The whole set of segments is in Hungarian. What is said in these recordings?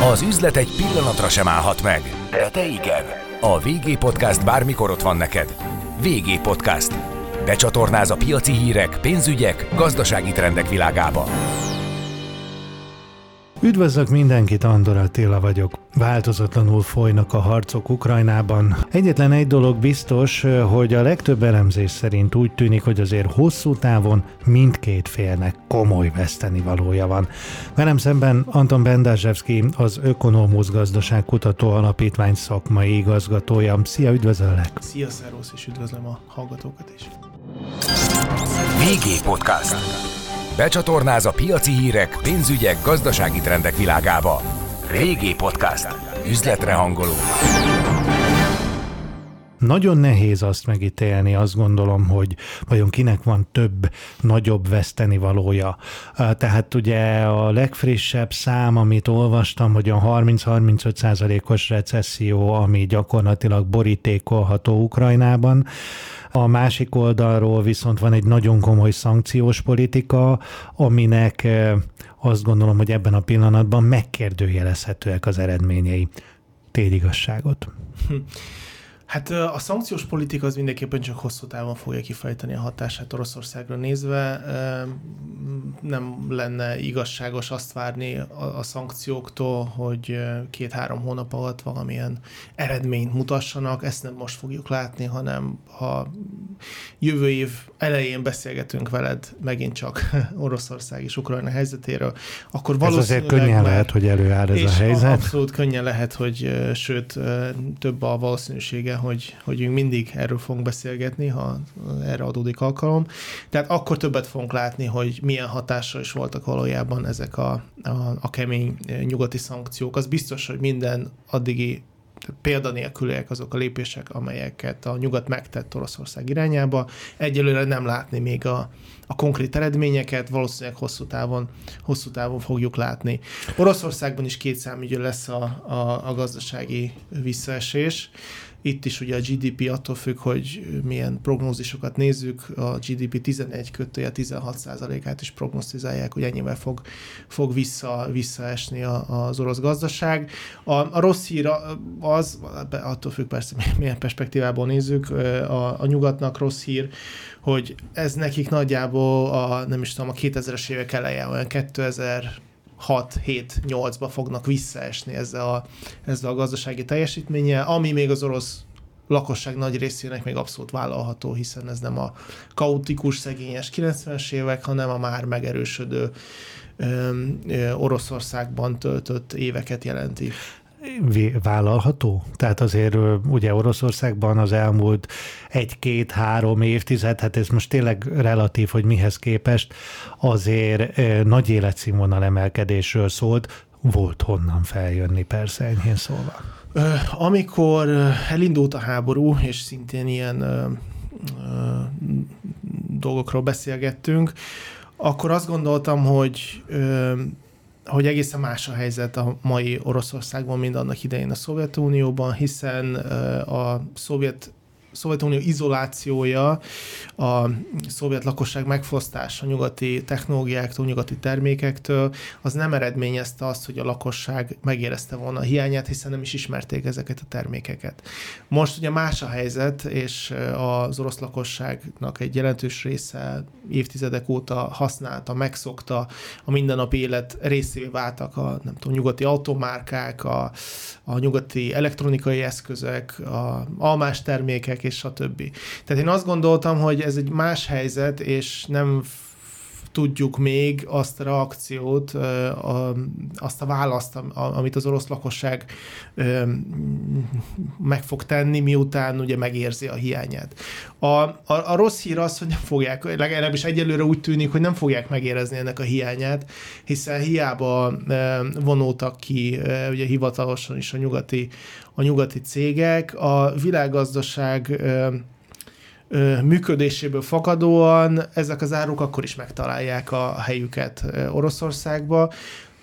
Az üzlet egy pillanatra sem állhat meg, de te igen. A VG Podcast bármikor ott van neked. VG Podcast. Becsatornáz a piaci hírek, pénzügyek, gazdasági trendek világába. Üdvözlök mindenkit, Andor Attila vagyok. Változatlanul folynak a harcok Ukrajnában. Egyetlen egy dolog biztos, hogy a legtöbb elemzés szerint úgy tűnik, hogy azért hosszú távon mindkét félnek komoly vesztenivalója van. Velem szemben Anton Bendazsevszky, az Ökonomusz Gazdaságkutató Alapítvány szakmai igazgatója. Szia, üdvözöllek! Szia, szervusz, és üdvözlöm a hallgatókat is! VG Podcast. Becsatornáz a piaci hírek, pénzügyek, gazdasági trendek világába. VG Podcast. Üzletre hangoló. Nagyon nehéz azt megítélni, azt gondolom, hogy vajon kinek van több, nagyobb vesztenivalója. Tehát ugye a legfrissebb szám, amit olvastam, hogy a 30-35%-os recesszió, ami gyakorlatilag borítékolható Ukrajnában. A másik oldalról viszont van egy nagyon komoly szankciós politika, aminek azt gondolom, hogy ebben a pillanatban megkérdőjelezhetőek az eredményei. Tégy igazságot. Hát a szankciós politika az mindenképpen csak hosszú távon fogja kifejteni a hatását Oroszországra nézve. Nem lenne igazságos azt várni a szankcióktól, hogy 2-3 hónap alatt valamilyen eredményt mutassanak. Ezt nem most fogjuk látni, hanem ha jövő év elején beszélgetünk veled megint csak Oroszország és Ukrajna helyzetéről, akkor valószínűleg... Ez azért könnyen lehet, hogy előáll ez a helyzet. Abszolút könnyen lehet, hogy sőt, több a valószínűsége, hogy mindig erről fogunk beszélgetni, ha erre adódik alkalom. Tehát akkor többet fogunk látni, hogy milyen hatással is voltak valójában ezek a kemény nyugati szankciók. Az biztos, hogy minden addigi példanélküliek azok a lépések, amelyeket a nyugat megtett Oroszország irányába. Egyelőre nem látni még a konkrét eredményeket, valószínűleg hosszú távon fogjuk látni. Oroszországban is kétszámjegyű lesz a gazdasági visszaesés. Itt is ugye a GDP attól függ, hogy milyen prognózisokat nézzük, a GDP 11-16%-át is prognosztizálják, hogy ennyivel fog visszaesni az orosz gazdaság. A rossz hír az, attól függ persze, milyen perspektívából nézzük, a nyugatnak rossz hír, hogy ez nekik nagyjából a 2000-es évek eleje, olyan 2006-7-8-ba fognak visszaesni ezzel a gazdasági teljesítménnyel, ami még az orosz lakosság nagy részének még abszolút vállalható, hiszen ez nem a kaotikus, szegényes 90-es évek, hanem a már megerősödő Oroszországban töltött éveket jelenti. Vállalható? Tehát azért ugye Oroszországban az elmúlt 1-2-3 évtized, hát ez most tényleg relatív, hogy mihez képest, azért nagy életszínvonal emelkedésről szólt, volt honnan feljönni, persze, enyhén szólva. Amikor elindult a háború, és szintén ilyen dolgokról beszélgettünk, akkor azt gondoltam, hogy egészen más a helyzet a mai Oroszországban, mint annak idején a Szovjetunióban, hiszen a Szovjetunió izolációja, a szovjet lakosság megfosztása a nyugati technológiáktól, nyugati termékektől, az nem eredményezte azt, hogy a lakosság megérezte volna a hiányát, hiszen nem is ismerték ezeket a termékeket. Most ugye más a helyzet, és az orosz lakosságnak egy jelentős része évtizedek óta használta, megszokta, a mindennapi élet részévé váltak a nyugati automárkák, a nyugati elektronikai eszközök, a almás termékek, és stb. Tehát én azt gondoltam, hogy ez egy más helyzet, és nem tudjuk még azt a reakciót, azt a választ, amit az orosz lakosság meg fog tenni, miután ugye megérzi a hiányát. A rossz hír az, hogy nem fogják, legalábbis egyelőre úgy tűnik, hogy nem fogják megérezni ennek a hiányát, hiszen hiába vonultak ki ugye hivatalosan is a nyugati cégek, a világgazdaság működéséből fakadóan ezek az áruk akkor is megtalálják a helyüket Oroszországba.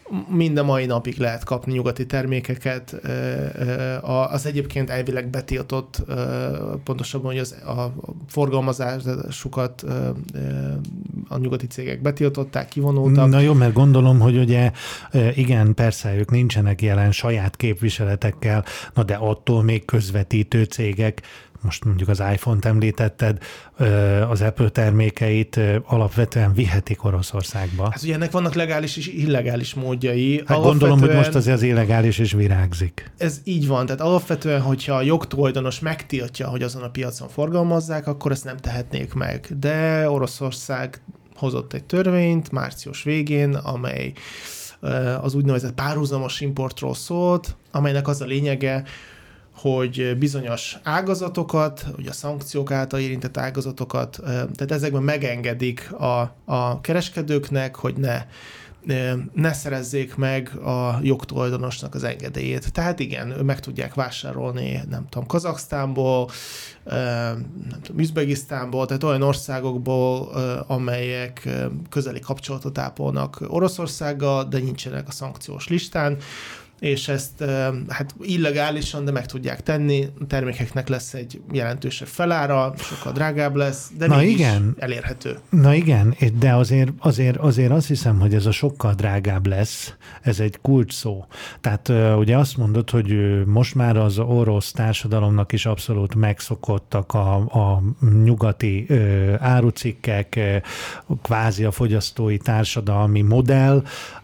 mind a mai napig lehet kapni nyugati termékeket. Az egyébként elvileg betiltott, pontosabban, hogy a forgalmazásukat a nyugati cégek betiltották, kivonultak. Na jó, mert gondolom, hogy ugye igen, persze ők nincsenek jelen saját képviseletekkel, na de attól még közvetítő cégek, most mondjuk az iPhone-t említetted, az Apple termékeit alapvetően vihetik Oroszországba. Hát ugye ennek vannak legális és illegális módjai. Hát gondolom, hogy most azért az illegális is virágzik. Ez így van, tehát alapvetően, hogyha a jogtulajdonos megtiltja, hogy azon a piacon forgalmazzák, akkor ezt nem tehetnék meg. De Oroszország hozott egy törvényt március végén, amely az úgynevezett párhuzamos importról szólt, amelynek az a lényege, hogy bizonyos ágazatokat, ugye a szankciók által érintett ágazatokat, tehát ezekben megengedik a kereskedőknek, hogy ne szerezzék meg a jogtulajdonosnak az engedélyét. Tehát igen, meg tudják vásárolni, nem tudom, Kazaksztánból, nem tudom, Üzbegisztánból, tehát olyan országokból, amelyek közeli kapcsolatot ápolnak Oroszországgal, de nincsenek a szankciós listán, és ezt hát illegálisan, de meg tudják tenni, a termékeknek lesz egy jelentősebb felára, sokkal drágább lesz, de mégis elérhető. Na igen, de azért azt hiszem, hogy ez a sokkal drágább lesz, ez egy kulcs szó. Tehát ugye azt mondod, hogy most már az orosz társadalomnak is abszolút megszokottak a nyugati árucikkek, kvázi a fogyasztói társadalmi modell,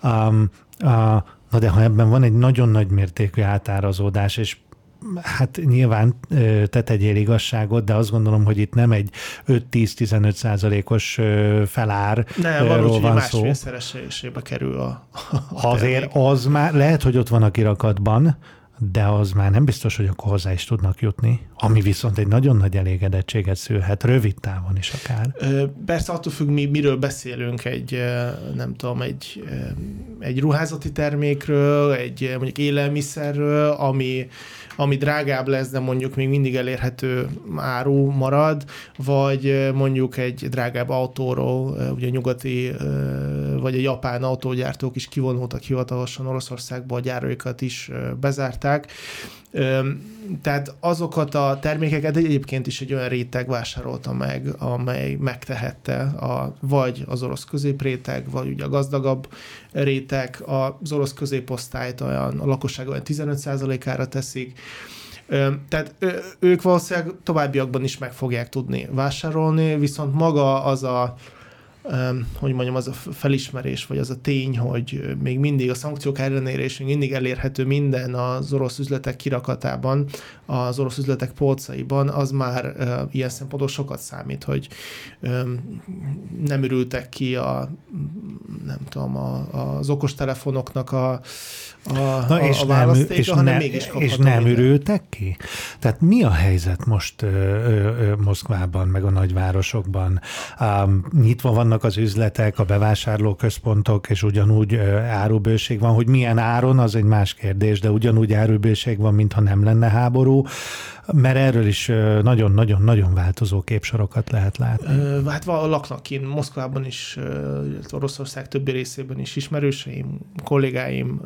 na de ha ebben van egy nagyon nagy mértékű átárazódás, és hát nyilván te tegyél igazságot, de azt gondolom, hogy itt nem egy 5-10-15%-os felárról van szó. Másfélszeresébe kerül a azért az már, lehet, hogy ott van a kirakatban, de az már nem biztos, hogy akkor hozzá is tudnak jutni, ami viszont egy nagyon nagy elégedettséget szülhet, rövid távon is akár. Persze attól függ, miről beszélünk, nem tudom, egy ruházati termékről, egy mondjuk élelmiszerről, ami drágább lesz, de mondjuk még mindig elérhető áru marad, vagy mondjuk egy drágább autóról, ugye nyugati vagy a japán autógyártók is kivonultak hivatalosan Oroszországba, a gyáraikat is bezárták. Tehát azokat a termékeket egyébként is egy olyan réteg vásárolta meg, amely megtehette vagy az orosz középréteg, vagy ugye a gazdagabb réteg, az orosz középosztályt a lakosság olyan 15%-ára teszik. Tehát ők valószínűleg továbbiakban is meg fogják tudni vásárolni, viszont maga az az a felismerés, vagy az a tény, hogy még mindig a szankciók ellenére és még mindig elérhető minden az orosz üzletek kirakatában, az orosz üzletek polcaiban, az már ilyen szempontból sokat számít, hogy nem örültek ki az okostelefonoknak a választéka, hanem mégis kapható. És nem örültek ki? Tehát mi a helyzet most Moszkvában, meg a nagyvárosokban? Nyitva vannak az üzletek, a bevásárlóközpontok, és ugyanúgy árubőség van, hogy milyen áron, az egy más kérdés, de ugyanúgy árubőség van, mintha nem lenne háború, mert erről is nagyon-nagyon-nagyon változó képsorokat lehet látni. Hát laknak kint Moszkvában is, Oroszország többi részében is ismerőseim, kollégáim,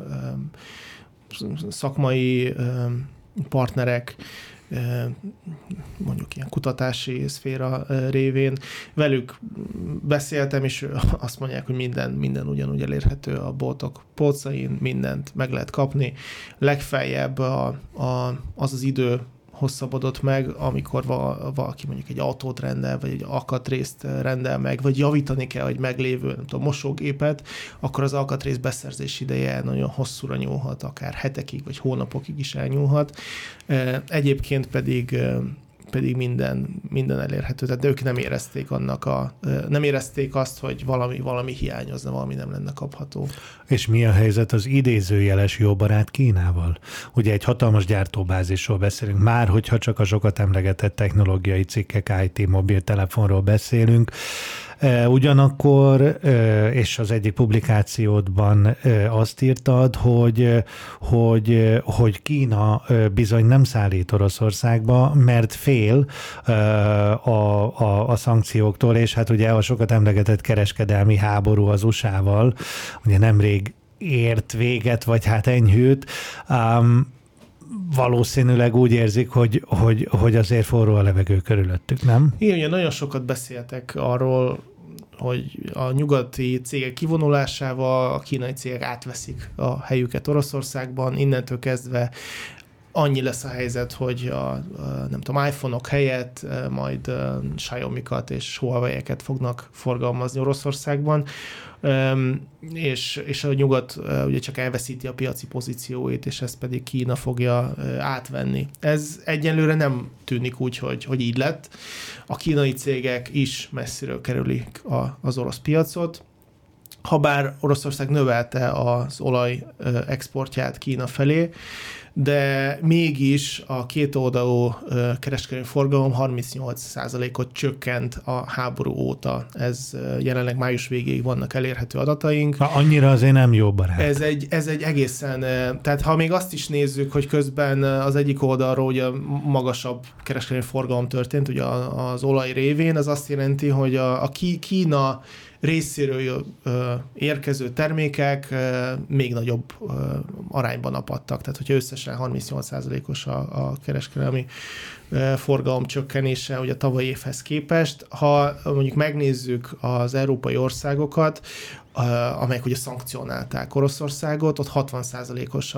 szakmai partnerek, mondjuk ilyen kutatási szféra révén. Velük beszéltem, és azt mondják, hogy minden ugyanúgy elérhető a boltok polcain, mindent meg lehet kapni. Legfeljebb az idő hosszabbodott meg, amikor valaki mondjuk egy autót rendel, vagy egy alkatrészt rendel meg, vagy javítani kell egy meglévő, nem tudom, mosógépet, akkor az alkatrész beszerzés ideje nagyon hosszúra nyúlhat, akár hetekig, vagy hónapokig is elnyúlhat. Egyébként pedig minden elérhető. Tehát de ők nem érezték azt, hogy valami hiányozna, valami nem lenne kapható. És mi a helyzet az idézőjeles jó barát Kínával? Ugye egy hatalmas gyártóbázisról beszélünk, már hogyha csak a sokat emlegetett technológiai cikkek, IT, mobiltelefonról beszélünk, ugyanakkor, és az egyik publikációdban azt írtad, hogy Kína bizony nem szállít Oroszországba, mert fél a szankcióktól, és hát ugye a sokat emlegetett kereskedelmi háború az USA-val, ugye nemrég ért véget, vagy hát enyhült, valószínűleg úgy érzik, hogy azért forró a levegő körülöttük, nem? Igen, ugye nagyon sokat beszéltek arról, hogy a nyugati cégek kivonulásával a kínai cégek átveszik a helyüket Oroszországban, innentől kezdve annyi lesz a helyzet, hogy nem tudom, iPhone-ok helyett majd Xiaomi-kat és Huawei-eket fognak forgalmazni Oroszországban, és a nyugat ugye csak elveszíti a piaci pozícióit, és ezt pedig Kína fogja átvenni. Ez egyenlőre nem tűnik úgy, hogy így lett. A kínai cégek is messziről kerülik az orosz piacot, habár Oroszország növelte az olaj exportját Kína felé, de mégis a kétoldalú kereskedelmi forgalom 38%-ot csökkent a háború óta. Ez jelenleg május végéig vannak elérhető adataink. Annyira azért nem jó barát. Ez egy egészen, tehát ha még azt is nézzük, hogy közben az egyik oldalról ugye magasabb kereskedelmi forgalom történt, ugye az olaj révén, az azt jelenti, hogy a Kína részéről érkező termékek még nagyobb arányban apadtak. Tehát, hogyha összesen 38%-os a kereskedelmi forgalom csökkenése ugye a tavalyi évhez képest. Ha mondjuk megnézzük az európai országokat, amelyek ugye szankcionálták Oroszországot, ott 60%-os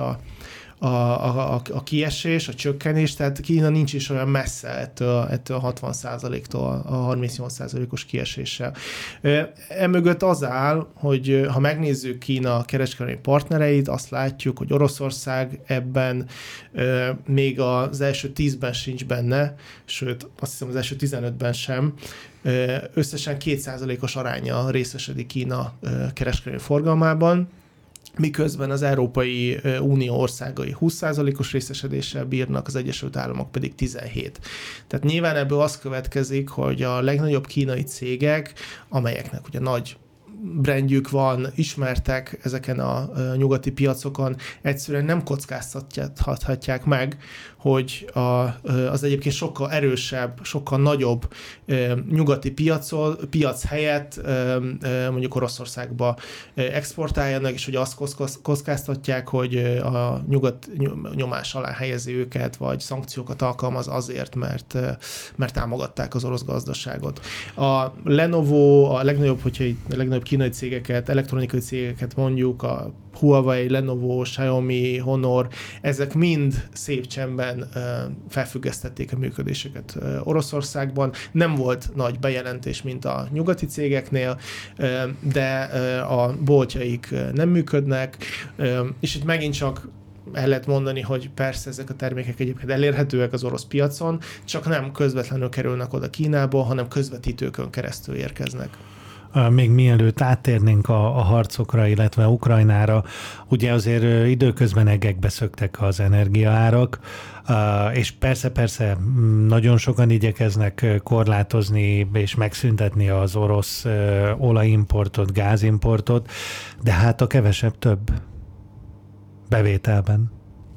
a kiesés, a csökkenés, tehát Kína nincs is olyan messze ettől a 60%-tól a 38%-os kieséssel. Emögött az áll, hogy ha megnézzük Kína kereskedelmi partnereit, azt látjuk, hogy Oroszország ebben még az első 10-ben sincs benne, sőt, azt hiszem az első 15-ben sem, összesen 2%-os aránya részesedik Kína kereskedelmi forgalmában, miközben az Európai Unió országai 20%-os részesedéssel bírnak, az Egyesült Államok pedig 17%. Tehát nyilván ebből az következik, hogy a legnagyobb kínai cégek, amelyeknek ugye nagy brandjük van, ismertek ezeken a nyugati piacokon, egyszerűen nem kockáztathatják meg, hogy az egyébként sokkal erősebb, sokkal nagyobb nyugati piac helyett mondjuk Oroszországba exportáljanak, és hogy azt kockáztatják, hogy a nyugat nyomás alá helyezi őket, vagy szankciókat alkalmaz azért, mert támogatták az orosz gazdaságot. A Lenovo, a legnagyobb kínai cégeket, elektronikai cégeket mondjuk, a Huawei, Lenovo, Xiaomi, Honor, ezek mind szép csendben felfüggesztették a működéseket Oroszországban. Nem volt nagy bejelentés, mint a nyugati cégeknél, de a boltjaik nem működnek, és itt megint csak el lehet mondani, hogy persze ezek a termékek egyébként elérhetőek az orosz piacon, csak nem közvetlenül kerülnek oda Kínából, hanem közvetítőkön keresztül érkeznek. Még mielőtt áttérnénk a harcokra, illetve Ukrajnára, ugye azért időközben egekbe szöktek az energiaárak, és persze nagyon sokan igyekeznek korlátozni és megszüntetni az orosz olajimportot, gázimportot, de hát a kevesebb több bevételben.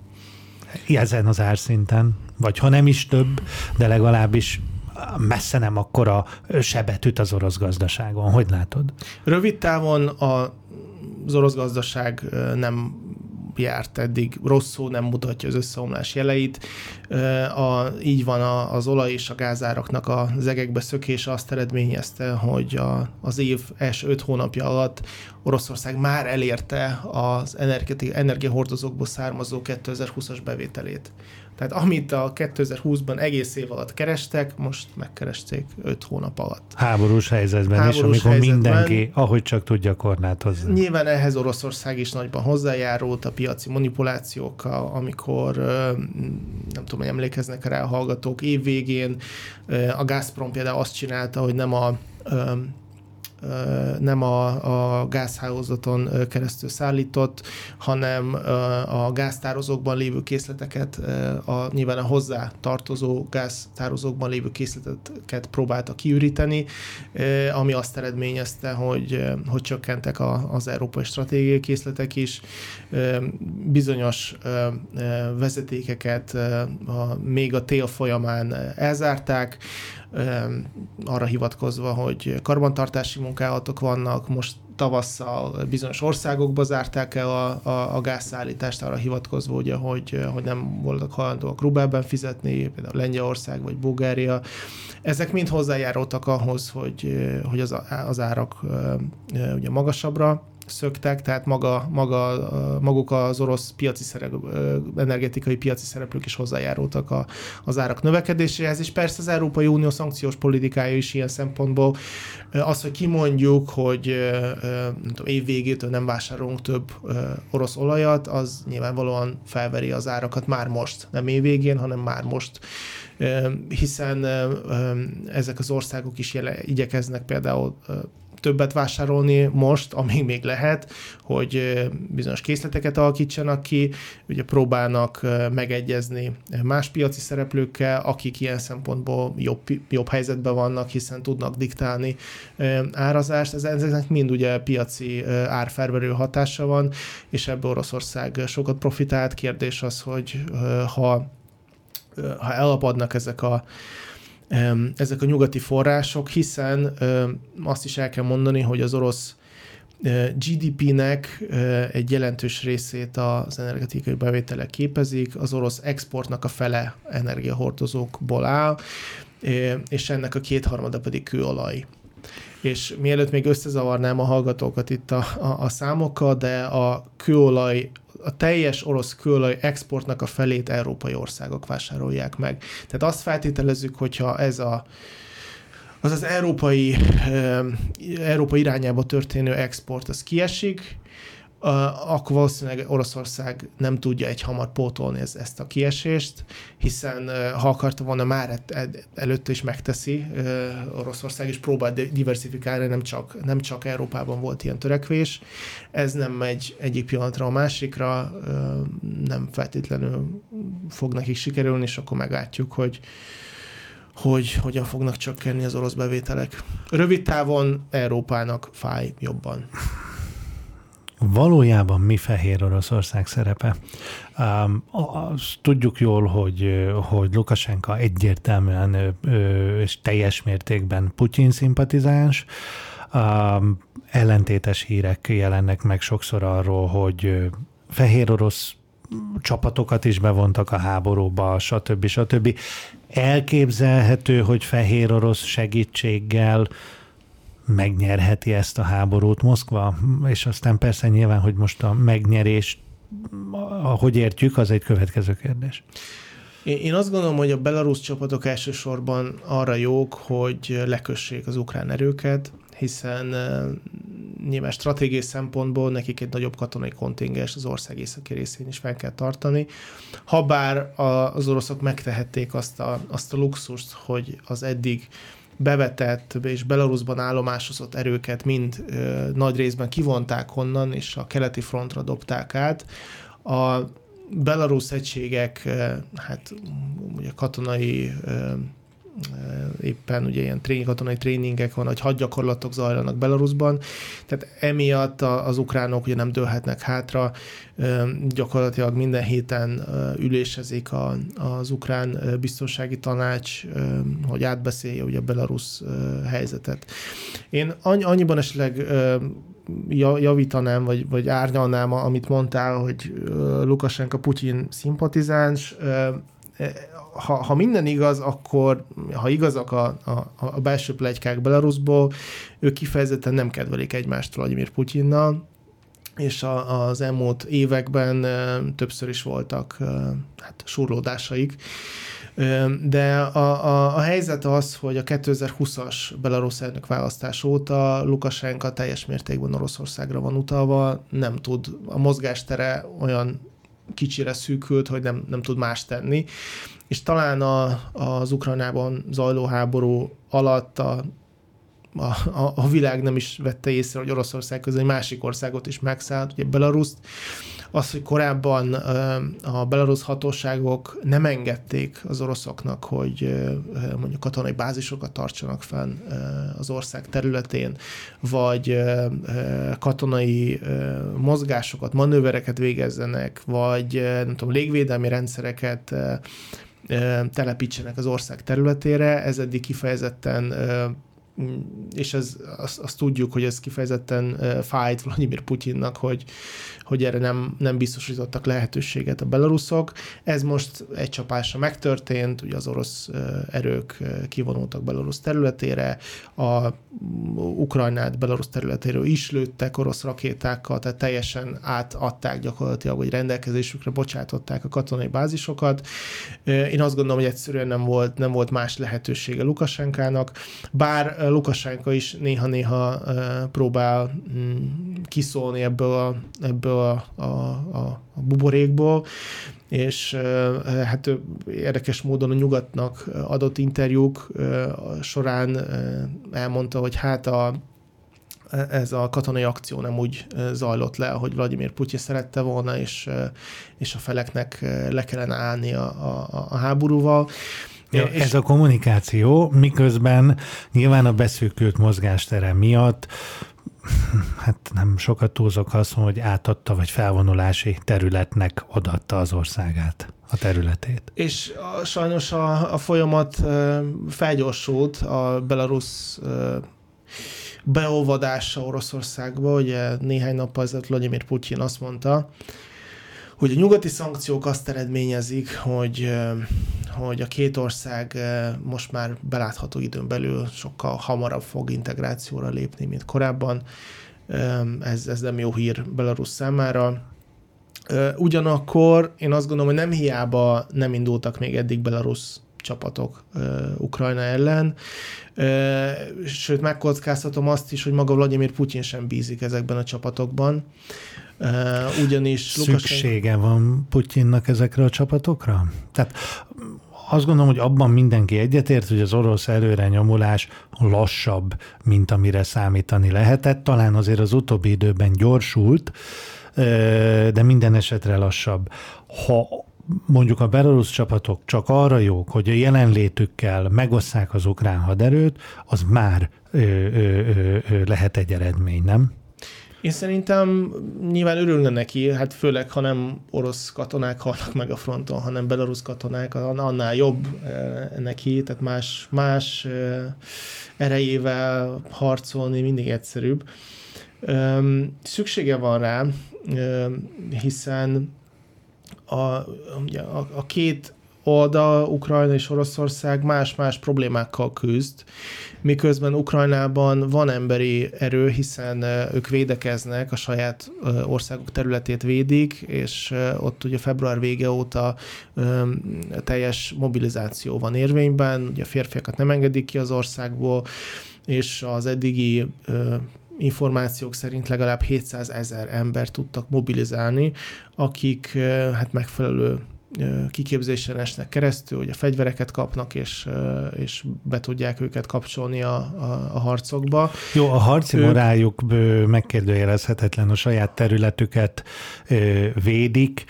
Ezen az árszinten, vagy ha nem is több, de legalábbis messze nem akkora sebet üt az orosz gazdaságon. Hogy látod? Rövid távon az orosz gazdaság nem járt eddig rosszul, nem mutatja az összeomlás jeleit. Így van az olaj és a gázáraknak az egekbe szökése azt eredményezte, hogy az év első 5 hónapja alatt Oroszország már elérte az energiahordozókból származó 2020-as bevételét. Tehát amit a 2020-ban egész év alatt kerestek, most megkeresték 5 hónap alatt. Háborús helyzetben is, amikor mindenki, ahogy csak tudja, korlátozni. Nyilván ehhez Oroszország is nagyban hozzájárult a piaci manipulációkkal, amikor, nem tudom, hogy emlékeznek rá a hallgatók, évvégén a Gazprom például azt csinálta, hogy nem a gázhálózaton keresztül szállított, hanem a gáztározókban lévő készleteket, nyilván a hozzá tartozó gáztározókban lévő készleteket próbálta kiüríteni, ami azt eredményezte, hogy csökkentek az európai stratégiai készletek is. Bizonyos vezetékeket még a tél folyamán elzárták, arra hivatkozva, hogy karbantartási munkálatok vannak. Most tavasszal bizonyos országokba zárták el a gázszállítást, arra hivatkozva, ugye, hogy nem voltak hajlandóak rubelben fizetni, például Lengyelország vagy Bulgária. Ezek mind hozzájárultak ahhoz, hogy az árak ugye magasabbra szöktek, tehát maguk az orosz energetikai piaci szereplők is hozzájárultak az árak növekedéséhez, és persze az Európai Unió szankciós politikája is ilyen szempontból az, hogy kimondjuk, hogy év végétől nem vásárolunk több orosz olajat, az nyilvánvalóan felveri az árakat már most, nem év végén, hanem már most, hiszen ezek az országok is igyekeznek például többet vásárolni most, amíg még lehet, hogy bizonyos készleteket alakítsanak ki, ugye próbálnak megegyezni más piaci szereplőkkel, akik ilyen szempontból jobb helyzetben vannak, hiszen tudnak diktálni árazást. Ezeknek mind ugye piaci árfelverő hatása van, és ebből Oroszország sokat profitált. Kérdés az, hogy ha elapadnak ezek a nyugati források, hiszen azt is el kell mondani, hogy az orosz GDP-nek egy jelentős részét az energetikai bevételek képezik, az orosz exportnak a fele energiahordozókból áll, és ennek a 2/3 pedig kőolaj. És mielőtt még összezavarnám a hallgatókat itt a számokkal, de a teljes orosz kőolaj exportnak a felét európai országok vásárolják meg. Tehát azt feltételezzük, hogyha ez az európai irányába történő export, az kiesik, akkor valószínűleg Oroszország nem tudja egyhamar pótolni ezt a kiesést, hiszen ha akarta volna, már előtte is megteszi. Oroszország is próbál diversifikálni, nem csak Európában volt ilyen törekvés. Ez nem megy egyik pillanatra a másikra, nem feltétlenül fog nekik sikerülni, és akkor meglátjuk, hogy hogyan fognak csökkenni az orosz bevételek. Rövid távon Európának fáj jobban. Valójában mi Fehér Oroszország szerepe? Azt tudjuk jól, hogy Lukasenka egyértelműen és teljes mértékben Putyin szimpatizáns. Ellentétes hírek jelennek meg sokszor arról, hogy fehér orosz csapatokat is bevontak a háborúba, stb. Elképzelhető, hogy fehér orosz segítséggel megnyerheti ezt a háborút Moszkva, és aztán persze nyilván, hogy most a megnyerést, ahogy értjük, az egy következő kérdés. Én azt gondolom, hogy a belarusz csapatok elsősorban arra jók, hogy lekössék az ukrán erőket, hiszen nyilván stratégiai szempontból nekik egy nagyobb katonai kontingens az ország északi részén is fel kell tartani. Habár az oroszok megtehették azt a luxust, hogy az eddig bevetett és Belarusban állomásozott erőket mind nagy részben kivonták onnan, és a keleti frontra dobták át. A belarusz egységek, hát ugye katonai éppen ugye ilyen katonai tréningek van, hogy hadgyakorlatok zajlanak Belarusban, tehát emiatt az ukránok ugye nem dőlhetnek hátra, gyakorlatilag minden héten ülésezik az ukrán biztonsági tanács, hogy átbeszélje ugye a belarusz helyzetet. Én annyiban esetleg javítanám, vagy árnyalnám, amit mondtál, hogy Lukasenka Putyin szimpatizáns. Ha minden igaz, akkor ha igazak a belső pletykák Belarusból, ők kifejezetten nem kedvelik egymást Vladimir Putyinnal, és az elmúlt években többször is voltak surlódásaik. De a helyzet az, hogy a 2020-as belarusz elnök választás óta Lukasenka teljes mértékben Oroszországra van utalva, nem tud, a mozgástere olyan kicsire szűkült, hogy nem tud más tenni. És talán az Ukrajnában zajló háború alatt a világ nem is vette észre, hogy Oroszország közül egy másik országot is megszállt, ugye Belaruszt. Az, hogy korábban a belarusz hatóságok nem engedték az oroszoknak, hogy mondjuk katonai bázisokat tartsanak fenn az ország területén, vagy katonai mozgásokat, manővereket végezzenek, vagy nem tudom, légvédelmi rendszereket telepítsenek az ország területére. Ez eddig kifejezetten és azt tudjuk, hogy ez kifejezetten fájt Vladimir Putyinnak, hogy erre nem biztosítottak lehetőséget a belaruszok. Ez most egy csapásra megtörtént, ugye az orosz erők kivonultak Belarusz területére, a Ukrajnát Belarusz területéről is lőttek orosz rakétákkal, tehát teljesen átadták gyakorlatilag, hogy rendelkezésükre bocsátották a katonai bázisokat. Én azt gondolom, hogy egyszerűen nem volt más lehetősége Lukasenkának, bár Lukasenka is néha-néha próbál kiszólni ebből a buborékból, és hát érdekes módon a nyugatnak adott interjúk során elmondta, hogy hát ez a katonai akció nem úgy zajlott le, ahogy Vladimir Putyin szerette volna, és a feleknek le kellene állni a háborúval. Ja, ez a kommunikáció, miközben nyilván a beszűkült mozgástere miatt, hát nem sokat túlzok azt, hogy átadta, vagy felvonulási területnek odaadta az országát, a területét. És sajnos a folyamat felgyorsult a belarusz beolvadása Oroszországba. Ugye néhány nappal ezelőtt Vladimir Putyin azt mondta, hogy a nyugati szankciók azt eredményezik, hogy a két ország most már belátható időn belül sokkal hamarabb fog integrációra lépni, mint korábban. Ez nem jó hír Belarusz számára. Ugyanakkor én azt gondolom, hogy nem hiába nem indultak még eddig belarusz csapatok Ukrajna ellen, sőt megkockáztatom azt is, hogy maga Vladimir Putyin sem bízik ezekben a csapatokban. Ugyanis szüksége van Putyinnak ezekre a csapatokra? Tehát azt gondolom, hogy abban mindenki egyetért, hogy az orosz előrenyomulás lassabb, mint amire számítani lehetett. Talán azért az utóbbi időben gyorsult, de minden esetre lassabb. Ha mondjuk a belarusz csapatok csak arra jók, hogy a jelenlétükkel megosszák az ukrán haderőt, az már lehet egy eredmény, nem? Én szerintem nyilván örülne neki, hát főleg, ha nem orosz katonák halnak meg a fronton, hanem belarusz katonák, annál jobb neki, tehát más erejével harcolni mindig egyszerűbb. Szüksége van rá, hiszen a két oldal, Ukrajna és Oroszország más-más problémákkal küzd, miközben Ukrajnában van emberi erő, hiszen ők védekeznek, a saját országuk területét védik, és ott ugye február vége óta teljes mobilizáció van érvényben, ugye a férfiakat nem engedik ki az országból, és az eddigi információk szerint legalább 700 000 embert tudtak mobilizálni, akik hát megfelelő kiképzésen esnek keresztül, hogy a fegyvereket kapnak, és be tudják őket kapcsolni a harcokba. Jó, a harci moráljuk megkérdőjelezhetetlen, a saját területüket védik,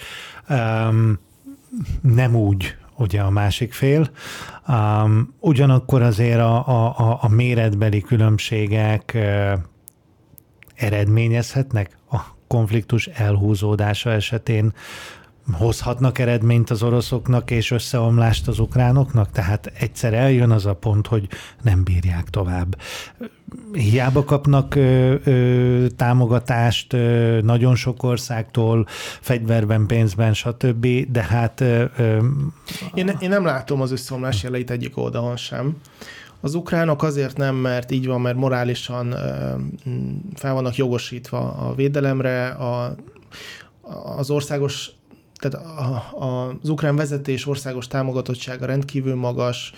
nem úgy, ugye a másik fél. Ugyanakkor azért a méretbeli különbségek eredményezhetnek a konfliktus elhúzódása esetén, hozhatnak eredményt az oroszoknak és összeomlást az ukránoknak? Tehát egyszer eljön az a pont, hogy nem bírják tovább. Hiába kapnak támogatást nagyon sok országtól, fegyverben, pénzben, stb., de hát... Én nem látom az összeomlás jeleit egyik oldalon sem. Az ukránok azért nem, mert így van, mert morálisan fel vannak jogosítva a védelemre, az országos, tehát az ukrán vezetés országos támogatottsága rendkívül magas,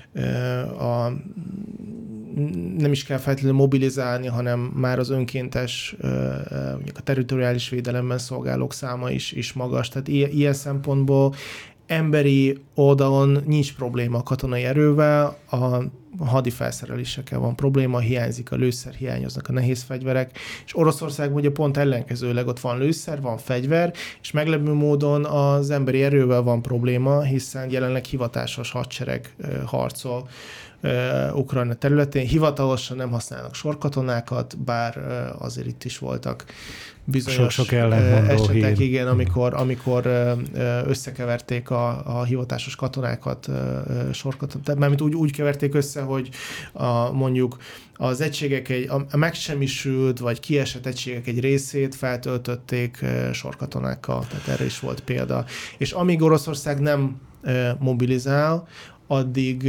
nem is kell feltétlenül mobilizálni, hanem már az önkéntes, mondjuk a territoriális védelemben szolgálók száma is magas. Tehát ilyen szempontból emberi oldalon nincs probléma a katonai erővel, a hadifelszerelésekkel van probléma, hiányzik a lőszer, hiányoznak a nehéz fegyverek, és Oroszországban ugye pont ellenkezőleg ott van lőszer, van fegyver, és meglepő módon az emberi erővel van probléma, hiszen jelenleg hivatásos hadsereg harcol Ukrajna területén. Hivatalosan nem használnak sorkatonákat, bár azért itt is voltak bizonyos sok esetek, igen, amikor összekeverték a hivatásos katonákat, sorkatonákat, mármint úgy keverték össze, hogy mondjuk az egységek a megsemmisült vagy kiesett egységek egy részét feltöltötték sorkatonákkal, tehát erre is volt példa. És amíg Oroszország nem mobilizál, addig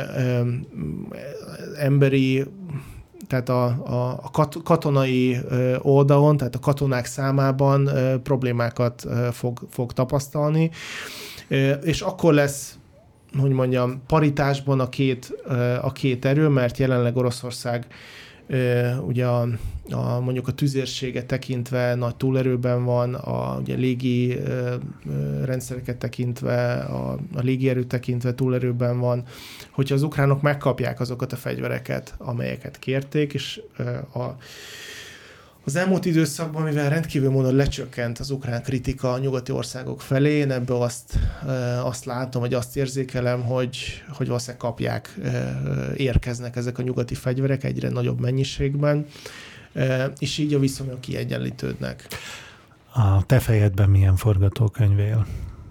emberi, tehát a katonai oldalon, tehát a katonák számában problémákat fog tapasztalni, és akkor lesz, hogy mondjam, paritásban a két erő, mert jelenleg Oroszország ugye mondjuk a tüzérséget tekintve nagy túlerőben van, ugye légi rendszereket tekintve, a légierőt tekintve túlerőben van. Hogyha az ukránok megkapják azokat a fegyvereket, amelyeket kérték, és az elmúlt időszakban, mivel rendkívül módon lecsökkent az ukrán kritika a nyugati országok felé, én ebből azt látom, vagy azt érzékelem, hogy valószínűleg kapják, érkeznek ezek a nyugati fegyverek egyre nagyobb mennyiségben, és így a viszonyok kiegyenlítődnek. A te fejedben milyen forgatókönyv él?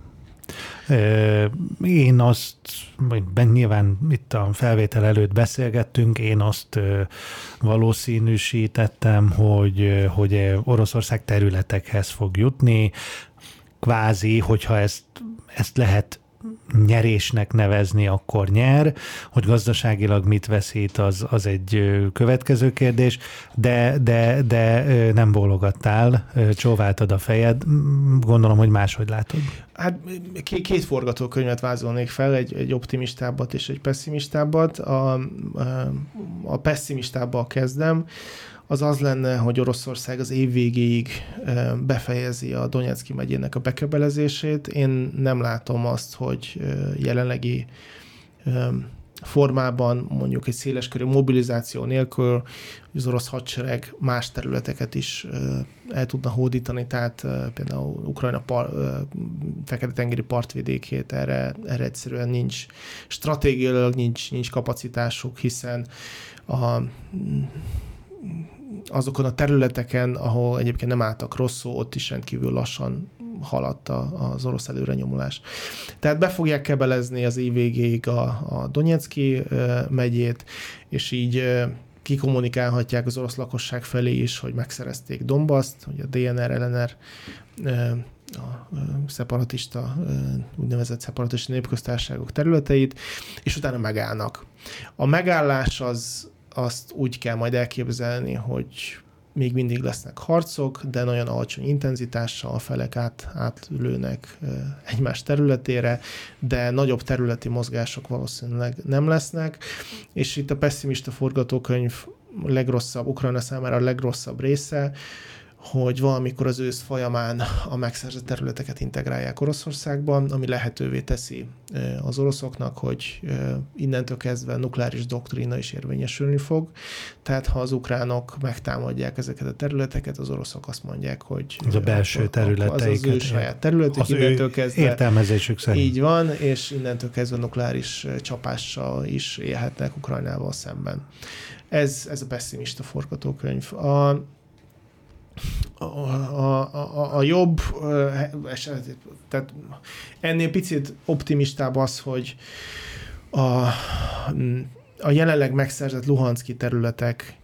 Én azt, nyilván itt a felvétel előtt beszélgettünk, én azt valószínűsítettem, hogy Oroszország területekhez fog jutni, kvázi, hogyha ezt lehet nyerésnek nevezni, akkor nyer, hogy gazdaságilag mit veszít, az egy következő kérdés, de nem bólogattál, csóváltad a fejed, gondolom, hogy máshogy látod. Hát két forgatókönyvet vázolnék fel, egy optimistábbat és egy pessimistábbat. A pessimistábbal kezdem, az lenne, hogy Oroszország az év végéig befejezi a Donetszki megyének a bekebelezését. Én nem látom azt, hogy jelenlegi formában, mondjuk egy széleskörű mobilizáció nélkül az orosz hadsereg más területeket is el tudna hódítani, tehát például Ukrajna fekete-tengeri partvidékét erre egyszerűen nincs, stratégiailag nincs kapacitásuk, hiszen azokon a területeken, ahol egyébként nem álltak rosszul, ott is rendkívül lassan haladt az orosz előrenyomulás. Tehát be fogják kebelezni az év végéig a Donetszki megyét, és így kikommunikálhatják az orosz lakosság felé is, hogy megszerezték Donbaszt, hogy a DNR, LNR, a szeparatista, úgynevezett szeparatista népköztársaságok területeit, és utána megállnak. A megállás azt úgy kell majd elképzelni, hogy még mindig lesznek harcok, de nagyon alacsony intenzitással a felek átlőnek egymás területére, de nagyobb területi mozgások valószínűleg nem lesznek, és itt a pessimista forgatókönyv Ukrajna számára a legrosszabb része, hogy valamikor az ősz folyamán a megszerzett területeket integrálják Oroszországban, ami lehetővé teszi az oroszoknak, hogy innentől kezdve nukleáris doktrína is érvényesülni fog. Tehát ha az ukránok megtámadják ezeket a területeket, az oroszok azt mondják, hogy az a belső területeiket. Az ő saját területük, innentől kezdve értelmezésük szerint. Így van, és innentől kezdve nukleáris csapással is élhetnek Ukrajnával szemben. Ez a pessimista forgatókönyv. A jobb eset, tehát ennél picit optimistább az, hogy a jelenleg megszerzett luhanszki területekhez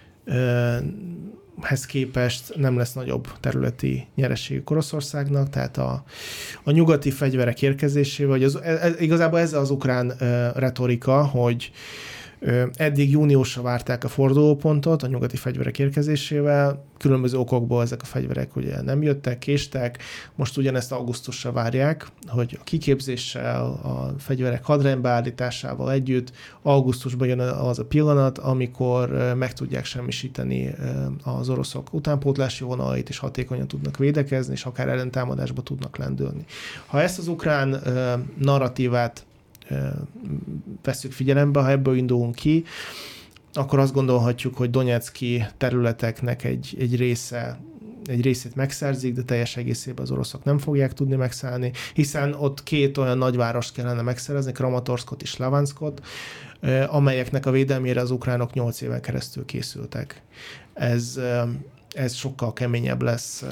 képest nem lesz nagyobb területi nyereségük Oroszországnak, tehát a nyugati fegyverek érkezésével, vagy igazából ez az ukrán retorika, hogy eddig júniusra várták a fordulópontot a nyugati fegyverek érkezésével, különböző okokból ezek a fegyverek ugye nem jöttek, késtek, most ugyanezt augusztusra várják, hogy a kiképzéssel, a fegyverek hadrendbeállításával együtt augusztusban jön az a pillanat, amikor meg tudják semmisíteni az oroszok utánpótlási vonalait, és hatékonyan tudnak védekezni, és akár ellentámadásba tudnak lendülni. Ha ezt az ukrán narratívát vesszük figyelembe, ha ebből indulunk ki, akkor azt gondolhatjuk, hogy Donetszki területeknek egy részét megszerzik, de teljes egészében az oroszok nem fogják tudni megszállni, hiszen ott két olyan nagyvárost kellene megszerezni, Kramatorszkot és Slavanszkot, amelyeknek a védelmére az ukránok 8 éven keresztül készültek. ez sokkal keményebb lesz,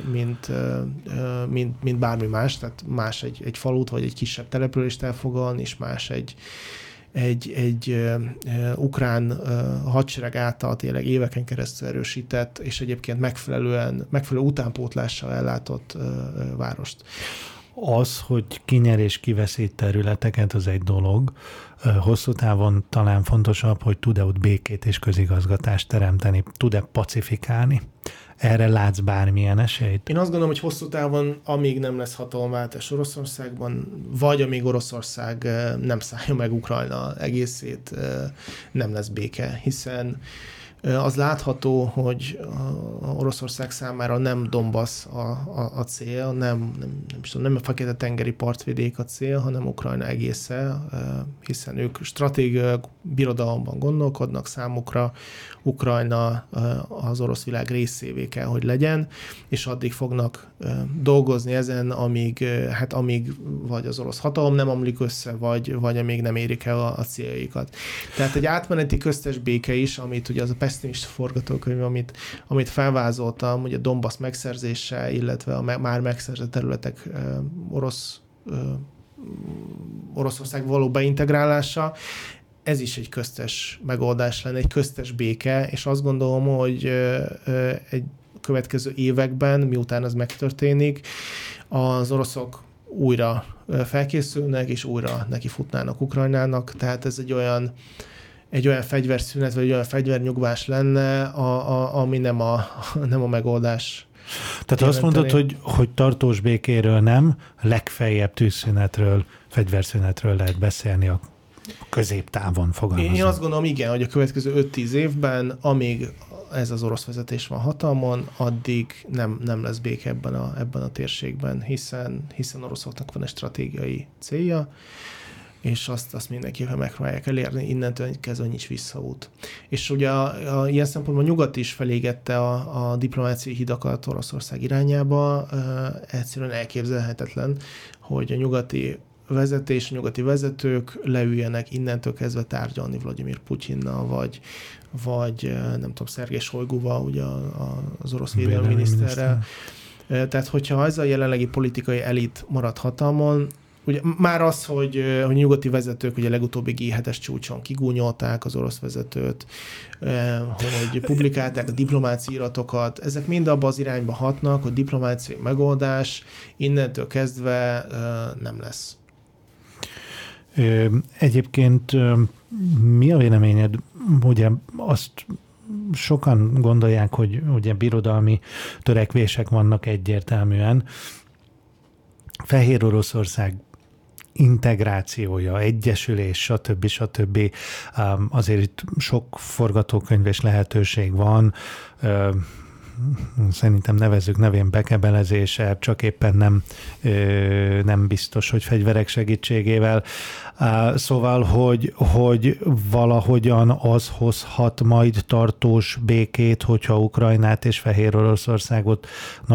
mint bármi más, tehát más egy falut vagy egy kisebb települést elfoglalni, és más egy ukrán hadsereg által tényleg éveken keresztül erősített, és egyébként megfelelő utánpótlással ellátott várost. Az, hogy kinyer és kiveszít területeket, az egy dolog. Hosszú távon talán fontosabb, hogy tud-e ott békét és közigazgatást teremteni, tud-e pacifikálni. Erre látsz bármilyen esélyt? Én azt gondolom, hogy hosszú távon, amíg nem lesz hatalomváltás Oroszországban, vagy amíg Oroszország nem szállja meg Ukrajna egészét, nem lesz béke, hiszen az látható, hogy Oroszország számára nem Donbass a cél, nem a Fekete-tengeri partvidék a cél, hanem Ukrajna egésze, hiszen ők stratégiai birodalomban gondolkodnak, számukra Ukrajna az orosz világ részévé kell, hogy legyen, és addig fognak dolgozni ezen, amíg vagy az orosz hatalom nem omlik össze, vagy amíg nem érik el a céljaikat. Tehát egy átmeneti köztes béke is, amit ugye az a pessimista forgatókönyv, amit felvázoltam, ugye Donbass megszerzése, illetve a már megszerzett területek Oroszország való beintegrálása, ez is egy köztes megoldás lenne, egy köztes béke, és azt gondolom, hogy egy következő években, miután ez megtörténik, az oroszok újra felkészülnek, és újra nekifutnának Ukrajnának, tehát ez egy olyan fegyverszünet, vagy egy olyan fegyvernyugvás lenne, ami nem a megoldás. Tehát azt mondod, hogy tartós békéről nem, legfeljebb tűzszünetről, fegyverszünetről lehet beszélni a középtávon fogalmazom. Én azt gondolom, igen, hogy a következő 5-10 évben, amíg ez az orosz vezetés van hatalmon, addig nem lesz béke ebben a térségben, hiszen oroszoknak van egy stratégiai célja, és azt mindenképpen megpróbálják elérni, innentől kezdve nincs visszaút. És ugye ilyen szempontból a nyugat is felégette a diplomáciai hidakat Oroszország irányába. Egyszerűen elképzelhetetlen, hogy a nyugati vezetés, a nyugati vezetők leüljenek innentől kezdve tárgyalni Vladimir Putyinnal, vagy nem tudom, Szergej Sojguval, ugye az orosz védelmi miniszterrel. Tehát, hogyha ez a jelenlegi politikai elit marad hatalmon, ugye már az, hogy nyugati vezetők ugye legutóbbi G7-es csúcson kigúnyolták az orosz vezetőt, hogy publikálták a diplomáciai iratokat, ezek mind abba az irányba hatnak, hogy diplomáciai megoldás innentől kezdve nem lesz. Egyébként mi a véleményed? Ugye azt sokan gondolják, hogy ugye birodalmi törekvések vannak egyértelműen. Fehér Oroszország integrációja, egyesülés, stb. Azért itt sok forgatókönyv és lehetőség van. Szerintem nevezzük nevén bekebelezése, csak éppen nem biztos, hogy fegyverek segítségével. Szóval, hogy valahogyan az hozhat majd tartós békét, hogyha Ukrajnát és Fehér Oroszországot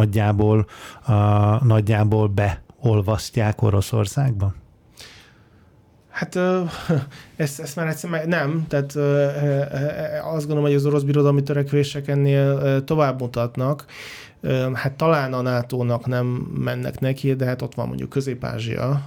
nagyjából beolvasztják Oroszországba? Hát ezt már egyszer nem, tehát azt gondolom, hogy az orosz birodalmi törekvések ennél tovább mutatnak. Hát talán a NATO-nak nem mennek neki, de hát ott van mondjuk Közép-Ázsia,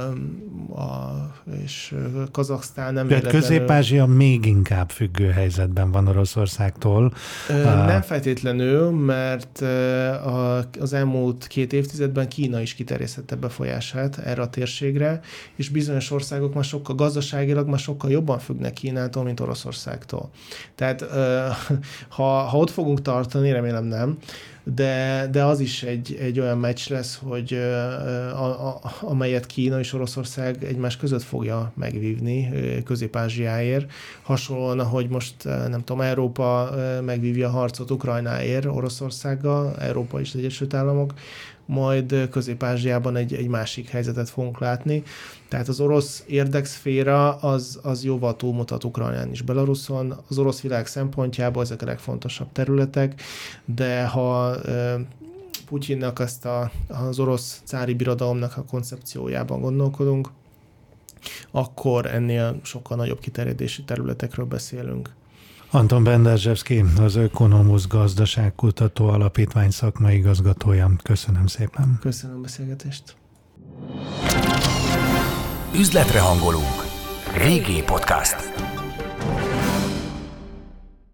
és Kazaksztán nem véletlenül. Közép-Ázsia még inkább függő helyzetben van Oroszországtól. Nem feltétlenül, mert az elmúlt 2 évtizedben Kína is kiterjesztette befolyását erre a térségre, és bizonyos országok már gazdaságilag már sokkal jobban függnek Kínától, mint Oroszországtól. Tehát ha ott fogunk tartani, remélem nem, de az is egy olyan meccs lesz, hogy amelyet Kína és Oroszország egymás között fogja megvívni Közép-Ázsiáért. Hasonlóan, ahogy most nem tudom, Európa megvívja a harcot Ukrajnáért Oroszországgal, Európa és az Egyesült Államok, majd Közép-Ázsiában egy másik helyzetet fogunk látni. Tehát az orosz érdekszféra az jóval túlmutat Ukrajnán és Belaruson. Az orosz világ szempontjából ezek a legfontosabb területek, de ha Putyinnak az orosz cári birodalomnak a koncepciójában gondolkodunk, akkor ennél sokkal nagyobb kiterjedési területekről beszélünk. Anton Benderzsevszky, az Ökonomusz Gazdaságkutató Alapítvány szakmai igazgatója. Köszönöm szépen. Köszönöm a beszélgetést. Üzletre hangolunk. VG Podcast.